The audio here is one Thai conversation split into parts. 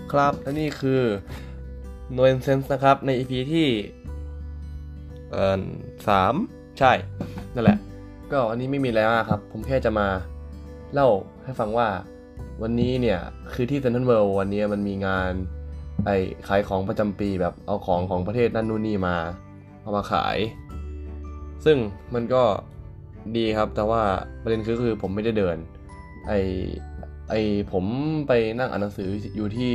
ครับและนี่คือ Nonsense นะครับใน EP ที่3ใช่นั่นแหละก็อันนี้ไม่มีอะไรมากครับผมแค่จะมาเล่าให้ฟังว่าวันนี้เนี่ยคือที่ Central World วันนี้มันมีงานขายของประจำปีแบบเอาของประเทศนั่นนู่นนี่มาเอามาขายซึ่งมันก็ดีครับแต่ว่าประเด็นคือผมไม่ได้เดินผมไปนั่งอ่านหนังสืออยู่ที่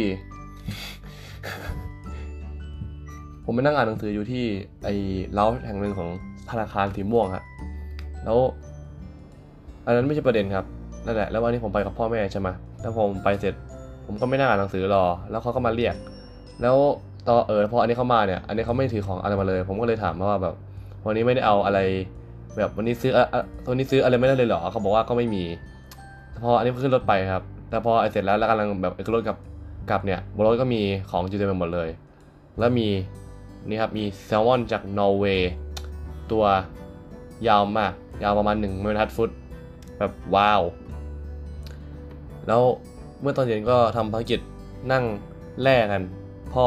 ผมไปนั่งอ่านหนังสืออยู่ที่เล้าแห่งหนึ่งของธนาคารสีม่วงครับแล้วอันนั้นไม่ใช่ประเด็นครับนั่นแหละแล้ววันนี้ผมไปกับพ่อแม่ใช่ไหมแล้วผมไปเสร็จผมก็ไม่นั่งอ่านหนังสือรอแล้วเขาก็มาเรียกแล้วตอนพออันนี้เขามาเนี่ยอันนี้เขาไม่ถือของอะไรมาเลยผมก็เลยถามว่าแบบวันนี้ไม่ได้เอาอะไรแบบวันนี้ซื้อวันนี้ซื้ออะไรไม่ได้เลยเหรอเขาบอกว่าก็ไม่มีพออันนี้ขึ้นรถไปครับแต่พอเสร็จแล้วกำลังแบบขึ้นรถกลับเนี่ยบนรถก็มีของจุเต็มไปหมดเลยแล้วมีนี่ครับมีแซลมอนจากนอร์เวย์ตัวยาวมากยาวประมาณ1 บรรทัดฟุตแบบว้าวแล้วเมื่อตอนเย็นก็ทำภารกิจนั่งแล่กันพ่อ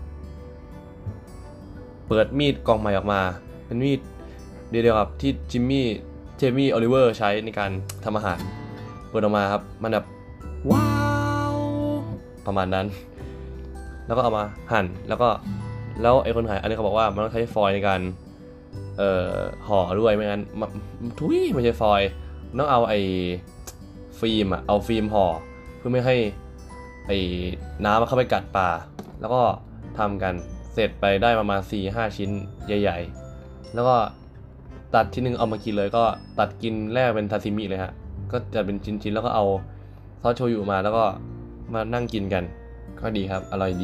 เปิดมีดกล่องใหม่ออกมาเป็นมีดเดียวกับที่เจมี่โอลิเวอร์ใช้ในการทำอาหารเปิดออกมาครับมันแบบว้าวประมาณนั้นแล้วก็เอามาหั่นแล้วไอ้คนขายอันนี้เขาบอกว่ามันต้องใช้ฟอยล์ในการห่อด้วยไม่งั้นไม่ใช่ฟอยล์ต้องเอาฟิล์มเอาฟิล์มห่อเพื่อไม่ให้น้ำมันเข้าไปกัดปลาแล้วก็ทำกันเสร็จไปได้ประมาณ 4-5 ชิ้นใหญ่ๆแล้วก็ตัดชิ้นนึงเอามากินเลยก็ตัดกินแรกเป็นทาซิมิเลยฮะก็จะเป็นชิ้นๆแล้วก็เอาซอสโชยุมาแล้วก็มานั่งกินกันก็ดีครับอร่อยดี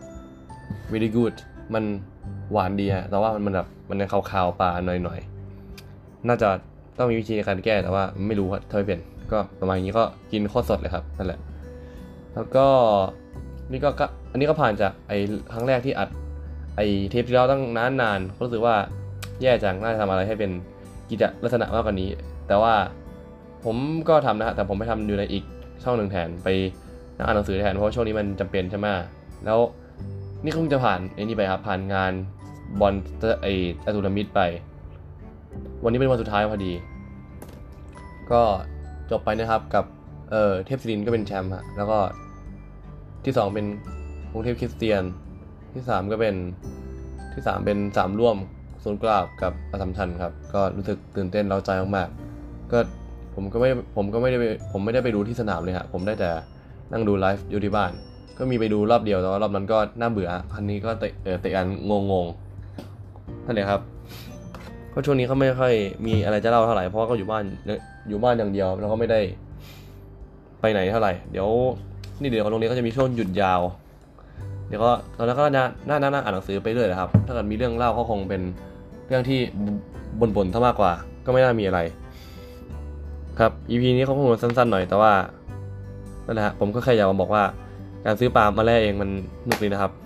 very good มันหวานดีฮะแต่ว่ามันแบบมันคาวๆปลาหน่อยๆน่าจะต้องมีวิธีในการแก้แต่ว่าไม่รู้ครับถ้าไม่เป็นก็ประมาณนี้ก็กินโคตรสดเลยครับนั่นแหละแล้วก็นี่ก็อันนี้ก็ผ่านจากครั้งแรกที่อัดเทปที่เราตั้งนานก็รู้สึกว่าแย่จังน่าจะทำอะไรให้เป็นกิจลักษณะมากกว่านี้แต่ว่าผมก็ทำนะฮะแต่ผมไปทำอยู่ในอีกช่องหนึ่งแทนไปนั่งอ่านหนังสือแทนเพราะช่วงนี้มันจำเป็นใช่ไหมแล้วนี่คงจะผ่านนี่ไปครับผ่านงานบอลอตุลมิตรไปวันนี้เป็นวันสุดท้ายพอดีก็จบไปนะครับกับเทพศิรินทร์ก็เป็นแชมป์ฮะแล้วก็ที่2เป็นกรุงเทพคริสเตียนที่3ก็เป็นเป็น3ร่วมศูนย์กลาบกับอัสสัมชัญครับก็รู้สึกตื่นเต้นเร้าใจมากๆก็ผมไม่ได้ไปดูที่สนามเลยฮะผมได้แต่นั่งดูไลฟ์อยู่ที่บ้านก็มีไปดูรอบเดียวแต่ว่ารอบนั้นก็น่าเบื่อคันนี้ก็เตะกันงงนั่นแหละครับก็ช่วงนี้เขาไม่ค่อยมีอะไรจะเล่าเท่าไหร่เพราะว่าก็อยู่บ้านอย่างเดียวแล้วก็ไม่ได้ไปไหนเท่าไหร่เดี๋ยวโรงเรียนก็จะมีช่วงหยุดยาวเดี๋ยวก็ตอนนั้นก็น่าอ่านหนังสือไปเรื่อยนะครับถ้าเกิดมีเรื่องเล่าก็คงเป็นเรื่องที่บ่นๆถ้ามากกว่าก็ไม่น่ามีอะไรครับ EP นี้เขาคงสั้นๆหน่อยแต่ว่านั่นแหละผมก็แค่อยากมาบอกว่าการซื้อปลามาแล่เองมันสนุกดีนะครับ